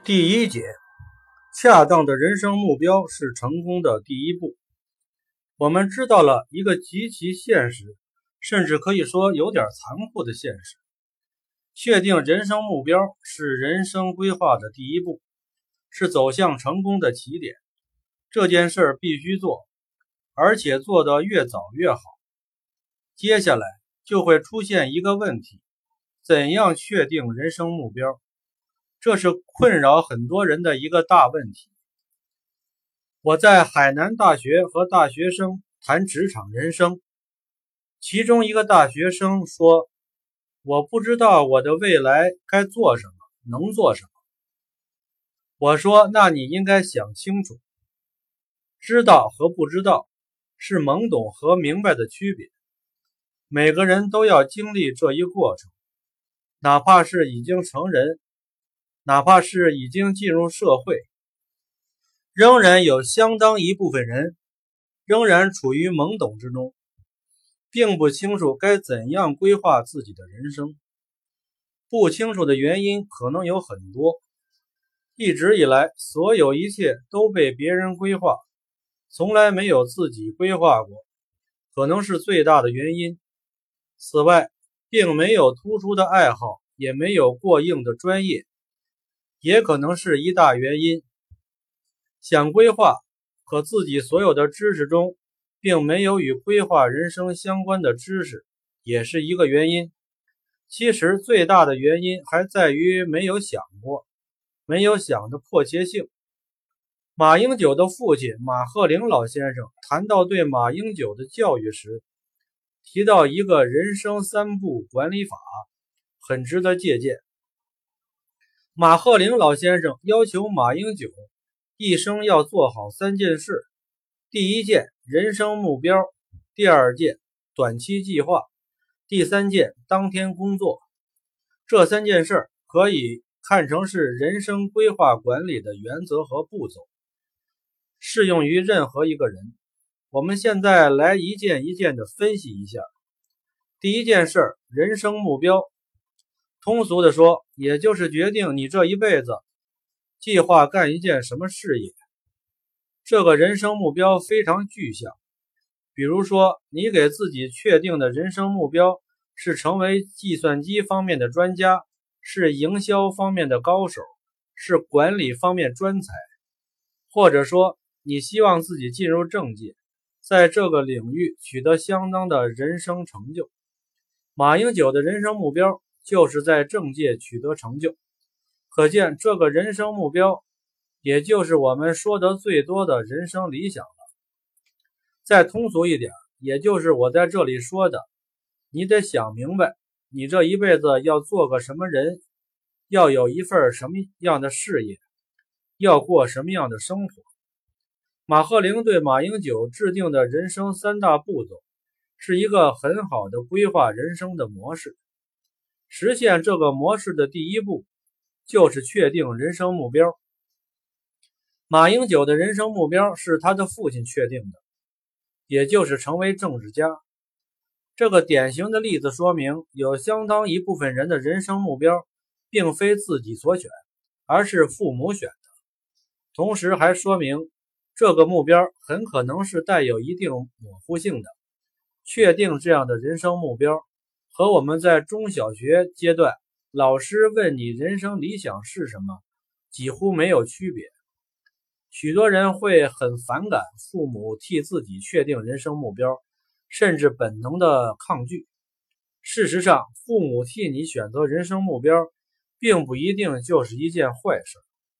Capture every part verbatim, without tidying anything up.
第一节，恰当的人生目标是成功的第一步。我们知道了一个极其现实，甚至可以说有点残酷的现实。确定人生目标是人生规划的第一步，是走向成功的起点。这件事必须做，而且做得越早越好。接下来就会出现一个问题：怎样确定人生目标？这是困扰很多人的一个大问题。我在海南大学和大学生谈职场人生，其中一个大学生说，我不知道我的未来该做什么，能做什么。我说，那你应该想清楚，知道和不知道是懵懂和明白的区别。每个人都要经历这一过程，哪怕是已经成人，哪怕是已经进入社会，仍然有相当一部分人仍然处于懵懂之中，并不清楚该怎样规划自己的人生。不清楚的原因可能有很多，一直以来所有一切都被别人规划，从来没有自己规划过，可能是最大的原因。此外，并没有突出的爱好，也没有过硬的专业，也可能是一大原因。想规划，可自己所有的知识中并没有与规划人生相关的知识，也是一个原因。其实最大的原因还在于没有想过，没有想的迫切性。马英九的父亲马鹤龄老先生谈到对马英九的教育时，提到一个人生三步管理法，很值得借鉴。马鹤龄老先生要求马英九一生要做好三件事：第一件，人生目标；第二件，短期计划；第三件，当天工作。这三件事可以看成是人生规划管理的原则和步骤，适用于任何一个人。我们现在来一件一件的分析一下。第一件事，人生目标。通俗的说，也就是决定你这一辈子计划干一件什么事业。这个人生目标非常具象，比如说你给自己确定的人生目标是成为计算机方面的专家，是营销方面的高手，是管理方面专才，或者说你希望自己进入政界，在这个领域取得相当的人生成就。马英九的人生目标就是在政界取得成就，可见这个人生目标也就是我们说得最多的人生理想了。再通俗一点，也就是我在这里说的，你得想明白你这一辈子要做个什么人，要有一份什么样的事业，要过什么样的生活。马鹤龄对马英九制定的人生三大步骤是一个很好的规划人生的模式。实现这个模式的第一步就是确定人生目标。马英九的人生目标是他的父亲确定的，也就是成为政治家。这个典型的例子说明，有相当一部分人的人生目标并非自己所选，而是父母选的。同时还说明，这个目标很可能是带有一定模糊性的。确定这样的人生目标，和我们在中小学阶段老师问你人生理想是什么几乎没有区别。许多人会很反感父母替自己确定人生目标，甚至本能的抗拒。事实上，父母替你选择人生目标并不一定就是一件坏事。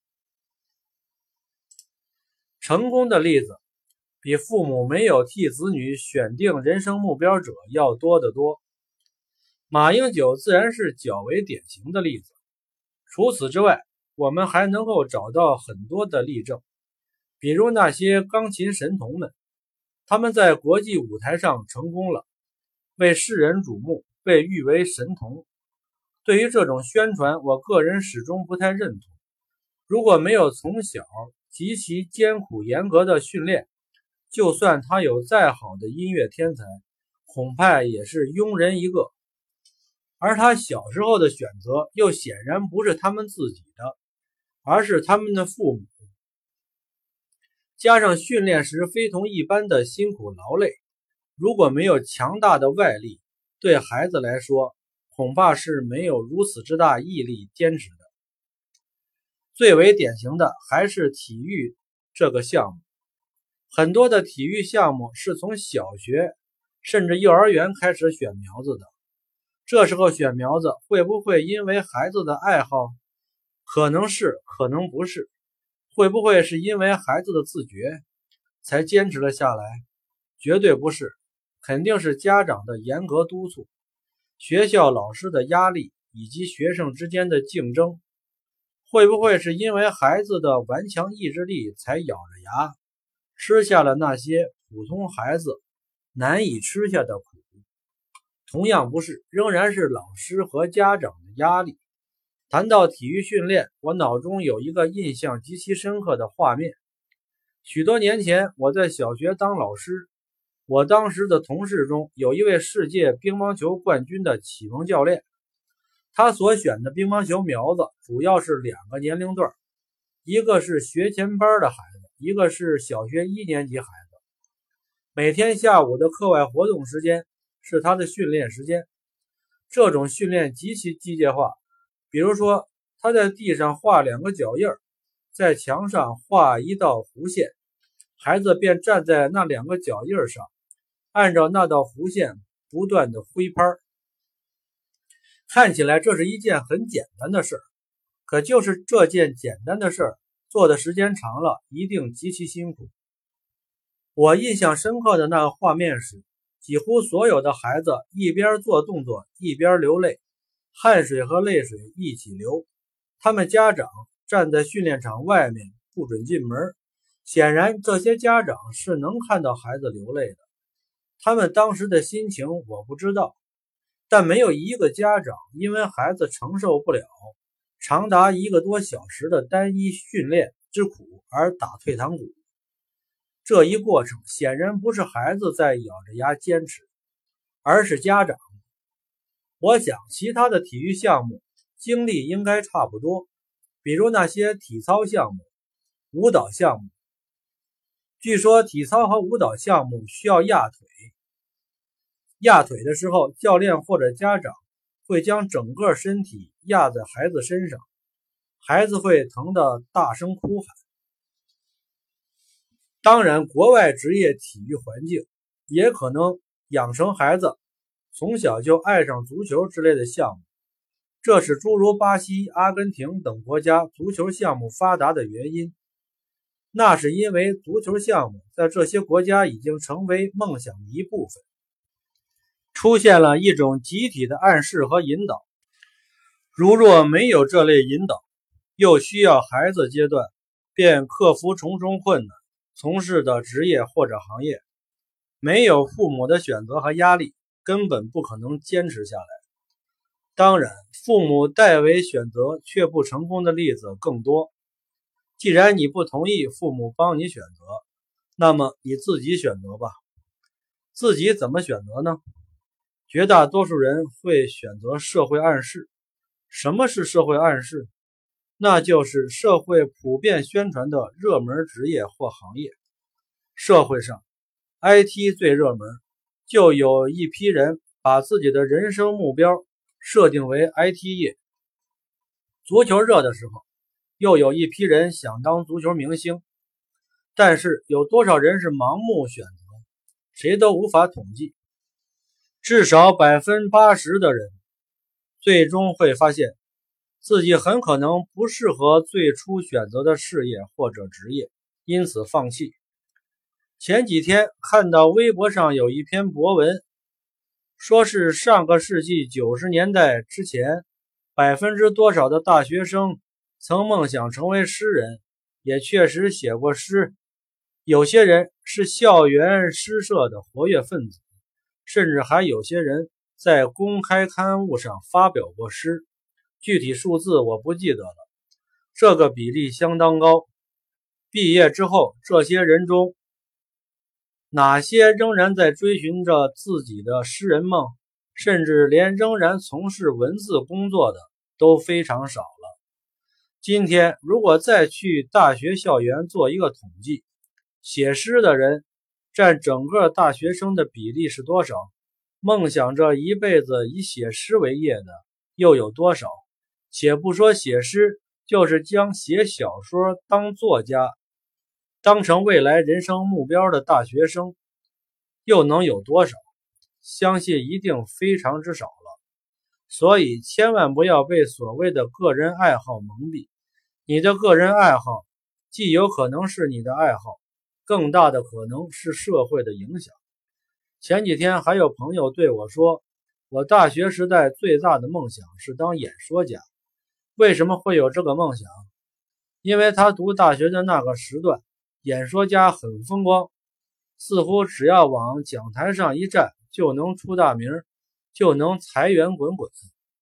成功的例子比父母没有替子女选定人生目标者要多得多。马英九自然是较为典型的例子。除此之外，我们还能够找到很多的例证，比如那些钢琴神童们，他们在国际舞台上成功了，为世人瞩目，被誉为神童。对于这种宣传，我个人始终不太认同。如果没有从小极其艰苦严格的训练，就算他有再好的音乐天才，恐怕也是庸人一个。而他小时候的选择又显然不是他们自己的， 而是他们的父母。加上训练时非同一般的辛苦劳累，如果没有强大的外力，对孩子来说恐怕是没有如此之大毅力坚持的。最为典型的还是体育这个项目，很多的体育项目是从小学甚至幼儿园开始选苗子的。这时候选苗子会不会因为孩子的爱好？可能是，可能不是。会不会是因为孩子的自觉才坚持了下来？绝对不是，肯定是家长的严格督促，学校老师的压力以及学生之间的竞争。会不会是因为孩子的顽强意志力才咬着牙吃下了那些普通孩子难以吃下的苦？同样不是，仍然是老师和家长的压力。谈到体育训练，我脑中有一个印象极其深刻的画面。许多年前，我在小学当老师，我当时的同事中有一位世界乒乓球冠军的启蒙教练，他所选的乒乓球苗子主要是两个年龄段，一个是学前班的孩子，一个是小学一年级孩子。每天下午的课外活动时间是他的训练时间，这种训练极其机械化。比如说，他在地上画两个脚印，在墙上画一道弧线，孩子便站在那两个脚印上，按照那道弧线不断的挥拍。看起来这是一件很简单的事，可就是这件简单的事，做的时间长了，一定极其辛苦。我印象深刻的那个画面是，几乎所有的孩子一边做动作一边流泪，汗水和泪水一起流，他们家长站在训练场外面不准进门。显然这些家长是能看到孩子流泪的，他们当时的心情我不知道，但没有一个家长因为孩子承受不了长达一个多小时的单一训练之苦而打退堂鼓。这一过程显然不是孩子在咬着牙坚持，而是家长。我想其他的体育项目经历应该差不多，比如那些体操项目、舞蹈项目。据说体操和舞蹈项目需要压腿，压腿的时候，教练或者家长会将整个身体压在孩子身上，孩子会疼得大声哭喊。当然，国外职业体育环境也可能养成孩子从小就爱上足球之类的项目，这是诸如巴西、阿根廷等国家足球项目发达的原因。那是因为足球项目在这些国家已经成为梦想的一部分，出现了一种集体的暗示和引导。如若没有这类引导，又需要孩子阶段便克服重重困难从事的职业或者行业，没有父母的选择和压力，根本不可能坚持下来。当然，父母代为选择却不成功的例子更多。既然你不同意父母帮你选择，那么你自己选择吧。自己怎么选择呢？绝大多数人会选择社会暗示。什么是社会暗示？那就是社会普遍宣传的热门职业或行业。社会上 I T 最热门，就有一批人把自己的人生目标设定为 I T 业。足球热的时候，又有一批人想当足球明星。但是有多少人是盲目选择，谁都无法统计。至少 百分之八十 的人最终会发现自己很可能不适合最初选择的事业或者职业，因此放弃。前几天看到微博上有一篇博文，说是上个世纪九十年代之前，百分之多少的大学生曾梦想成为诗人，也确实写过诗。有些人是校园诗社的活跃分子，甚至还有些人在公开刊物上发表过诗，具体数字我不记得了，这个比例相当高。毕业之后，这些人中哪些仍然在追寻着自己的诗人梦，甚至连仍然从事文字工作的都非常少了。 今天如果再去大学校园做一个统计，写诗的人占整个大学生的比例是多少？梦想着一辈子以写诗为业的又有多少？且不说写诗，就是将写小说当作家当成未来人生目标的大学生又能有多少？相信一定非常之少了。所以千万不要被所谓的个人爱好蒙蔽，你的个人爱好既有可能是你的爱好，更大的可能是社会的影响。前几天还有朋友对我说，我大学时代最大的梦想是当演说家。为什么会有这个梦想？因为他读大学的那个时段，演说家很风光，似乎只要往讲台上一站就能出大名，就能财源滚滚。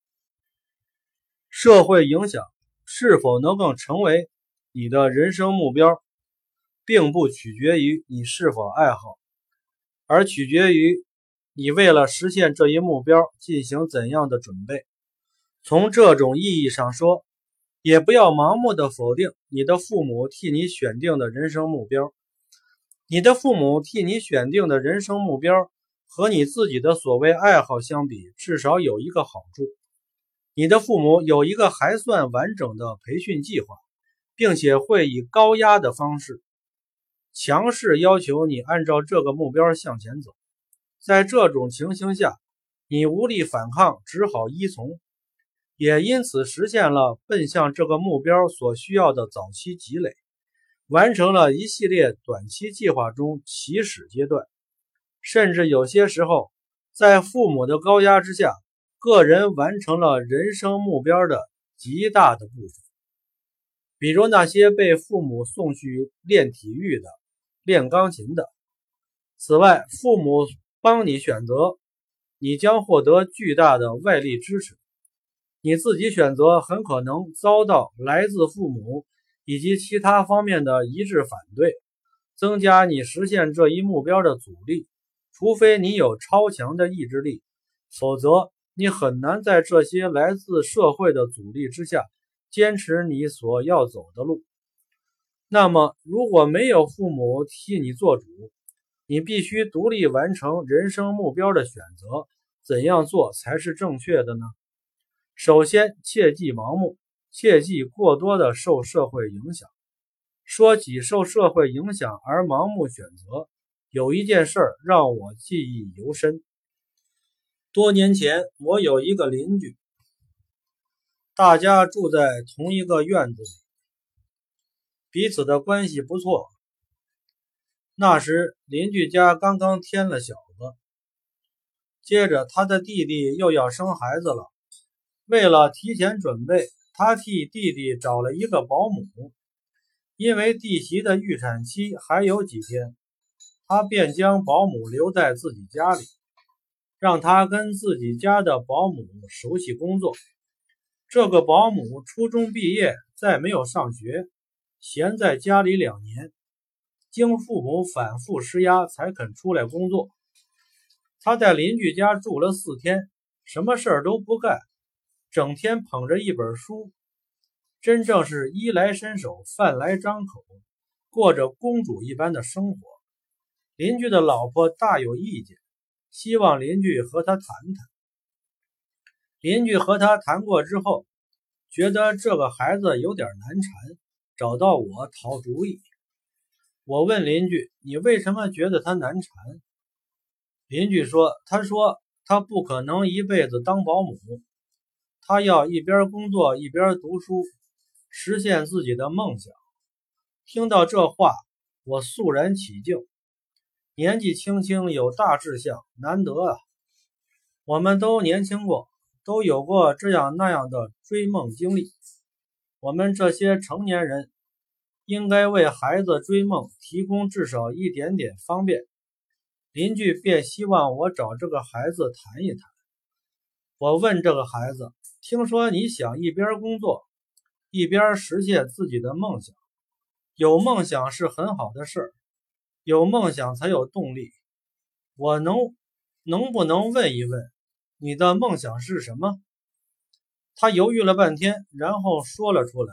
社会影响是否能够成为你的人生目标，并不取决于你是否爱好，而取决于你为了实现这一目标进行怎样的准备。从这种意义上说，也不要盲目的否定你的父母替你选定的人生目标。你的父母替你选定的人生目标和你自己的所谓爱好相比，至少有一个好处。你的父母有一个还算完整的培训计划，并且会以高压的方式强势要求你按照这个目标向前走。在这种情形下，你无力反抗，只好依从，也因此实现了奔向这个目标所需要的早期积累，完成了一系列短期计划中起始阶段。甚至有些时候，在父母的高压之下，个人完成了人生目标的极大的部分。比如那些被父母送去练体育的、练钢琴的。此外，父母帮你选择，你将获得巨大的外力支持。你自己选择很可能遭到来自父母以及其他方面的一致反对，增加你实现这一目标的阻力。除非你有超强的意志力，否则你很难在这些来自社会的阻力之下坚持你所要走的路。那么，如果没有父母替你做主，你必须独立完成人生目标的选择，怎样做才是正确的呢？首先，切忌盲目，切忌过多的受社会影响。说起受社会影响而盲目选择，有一件事让我记忆犹深。多年前，我有一个邻居，大家住在同一个院子里，彼此的关系不错。那时邻居家刚刚添了小子，接着他的弟弟又要生孩子了。为了提前准备，他替弟弟找了一个保姆。因为弟媳的预产期还有几天，他便将保姆留在自己家里，让他跟自己家的保姆熟悉工作。这个保姆初中毕业，再没有上学，闲在家里两年，经父母反复施压才肯出来工作。他在邻居家住了四天，什么事儿都不干，整天捧着一本书，真正是衣来伸手，饭来张口，过着公主一般的生活。邻居的老婆大有意见，希望邻居和他谈谈。邻居和他谈过之后，觉得这个孩子有点难缠，找到我讨主意。我问邻居，你为什么觉得他难缠？邻居说，他说他不可能一辈子当保姆，他要一边工作一边读书，实现自己的梦想。听到这话，我肃然起敬。年纪轻轻有大志向，难得啊！我们都年轻过，都有过这样那样的追梦经历。我们这些成年人应该为孩子追梦提供至少一点点方便。邻居便希望我找这个孩子谈一谈。我问这个孩子，听说你想一边工作一边实现自己的梦想。有梦想是很好的事，有梦想才有动力。我能能不能问一问，你的梦想是什么？他犹豫了半天，然后说了出来，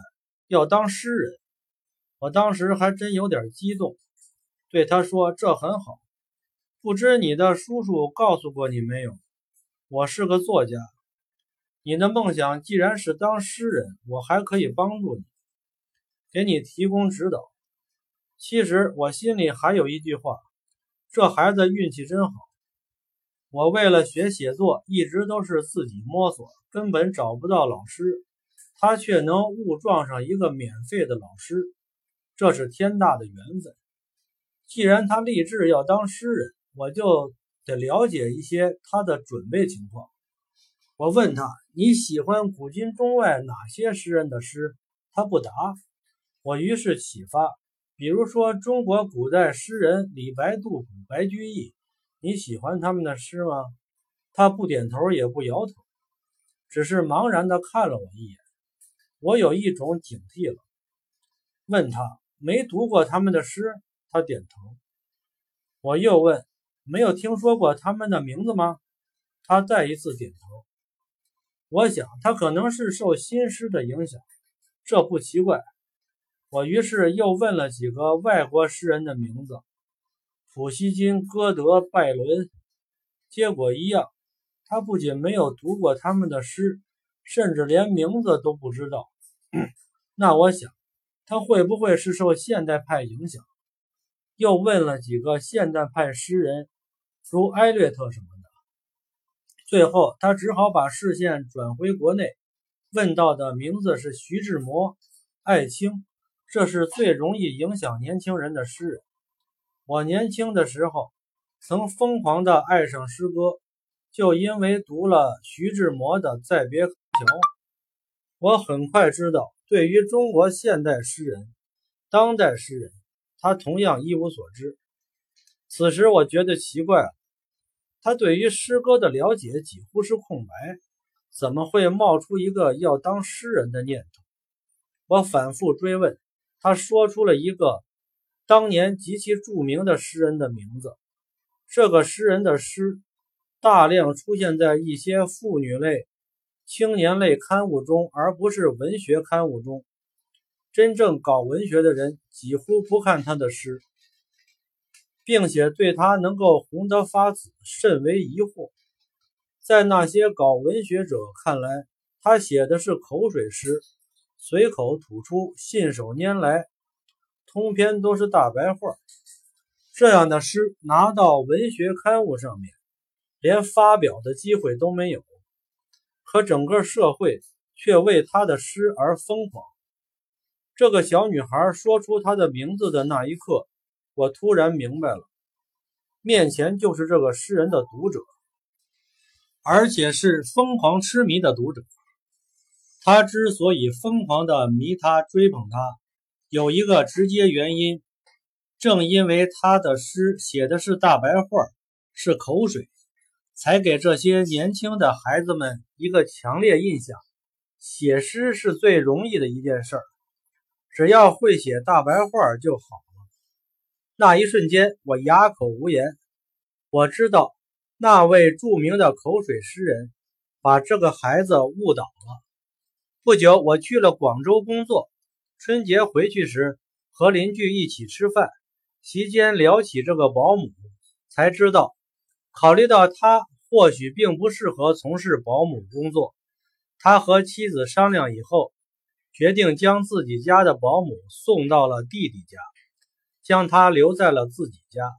要当诗人。我当时还真有点激动，对他说，这很好，不知你的叔叔告诉过你没有，我是个作家，你的梦想既然是当诗人，我还可以帮助你，给你提供指导。其实我心里还有一句话，这孩子运气真好。我为了学写作，一直都是自己摸索，根本找不到老师，他却能误撞上一个免费的老师，这是天大的缘分。既然他立志要当诗人，我就得了解一些他的准备情况。我问他，你喜欢古今中外哪些诗人的诗？他不答。我于是启发，比如说中国古代诗人李白、杜甫、白居易，你喜欢他们的诗吗？他不点头也不摇头，只是茫然地看了我一眼。我有一种警惕了，问他没读过他们的诗？他点头。我又问，没有听说过他们的名字吗？他再一次点头。我想他可能是受新诗的影响，这不奇怪。我于是又问了几个外国诗人的名字，普希金、歌德、拜伦，结果一样，他不仅没有读过他们的诗，甚至连名字都不知道。那我想，他会不会是受现代派影响？又问了几个现代派诗人，如埃略特什么的。最后，他只好把视线转回国内，问到的名字是徐志摩、艾青，这是最容易影响年轻人的诗人。我年轻的时候曾疯狂地爱上诗歌，就因为读了徐志摩的《再别康桥》。我很快知道，对于中国现代诗人、当代诗人，他同样一无所知。此时我觉得奇怪了，他对于诗歌的了解几乎是空白，怎么会冒出一个要当诗人的念头？我反复追问，他说出了一个当年极其著名的诗人的名字。这个诗人的诗大量出现在一些妇女类、青年类刊物中，而不是文学刊物中。真正搞文学的人几乎不看他的诗，并且对他能够红得发紫甚为疑惑。在那些搞文学者看来，他写的是口水诗，随口吐出，信手拈来，通篇都是大白话。这样的诗拿到文学刊物上面，连发表的机会都没有，可整个社会却为他的诗而疯狂。这个小女孩说出她的名字的那一刻，我突然明白了，面前就是这个诗人的读者，而且是疯狂痴迷的读者。他之所以疯狂地迷他、追捧他，有一个直接原因，正因为他的诗写的是大白话，是口水，才给这些年轻的孩子们一个强烈印象，写诗是最容易的一件事儿，只要会写大白话就好了。那一瞬间，我哑口无言。我知道那位著名的口水诗人把这个孩子误导了。不久，我去了广州工作，春节回去时和邻居一起吃饭，席间聊起这个保姆，才知道考虑到他或许并不适合从事保姆工作，他和妻子商量以后，决定将自己家的保姆送到了弟弟家，将他留在了自己家。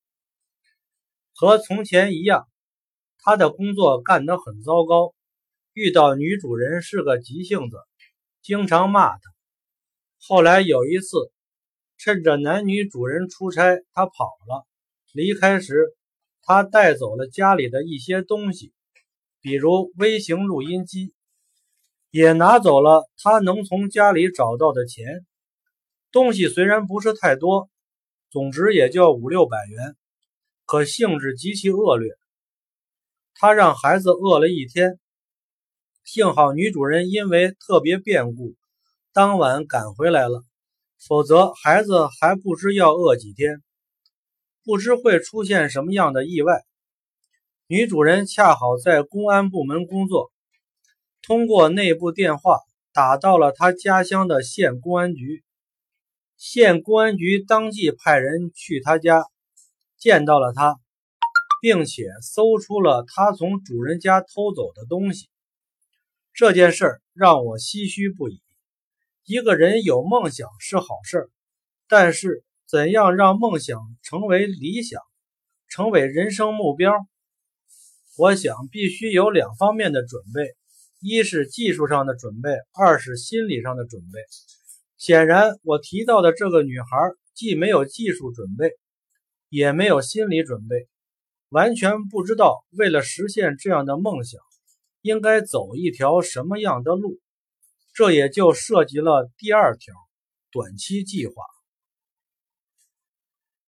和从前一样，他的工作干得很糟糕，遇到女主人是个急性子，经常骂他。后来有一次，趁着男女主人出差，他跑了。离开时，他带走了家里的一些东西，比如微型录音机，也拿走了他能从家里找到的钱。东西虽然不是太多，总值也就五六百元，可性质极其恶劣。他让孩子饿了一天，幸好女主人因为特别变故，当晚赶回来了，否则孩子还不知要饿几天，不知会出现什么样的意外。女主人恰好在公安部门工作，通过内部电话打到了他家乡的县公安局。县公安局当即派人去他家，见到了他，并且搜出了他从主人家偷走的东西。这件事让我唏嘘不已。一个人有梦想是好事，但是怎样让梦想成为理想，成为人生目标？我想必须有两方面的准备，一是技术上的准备，二是心理上的准备。显然，我提到的这个女孩既没有技术准备，也没有心理准备，完全不知道为了实现这样的梦想，应该走一条什么样的路。这也就涉及了第二条，短期计划。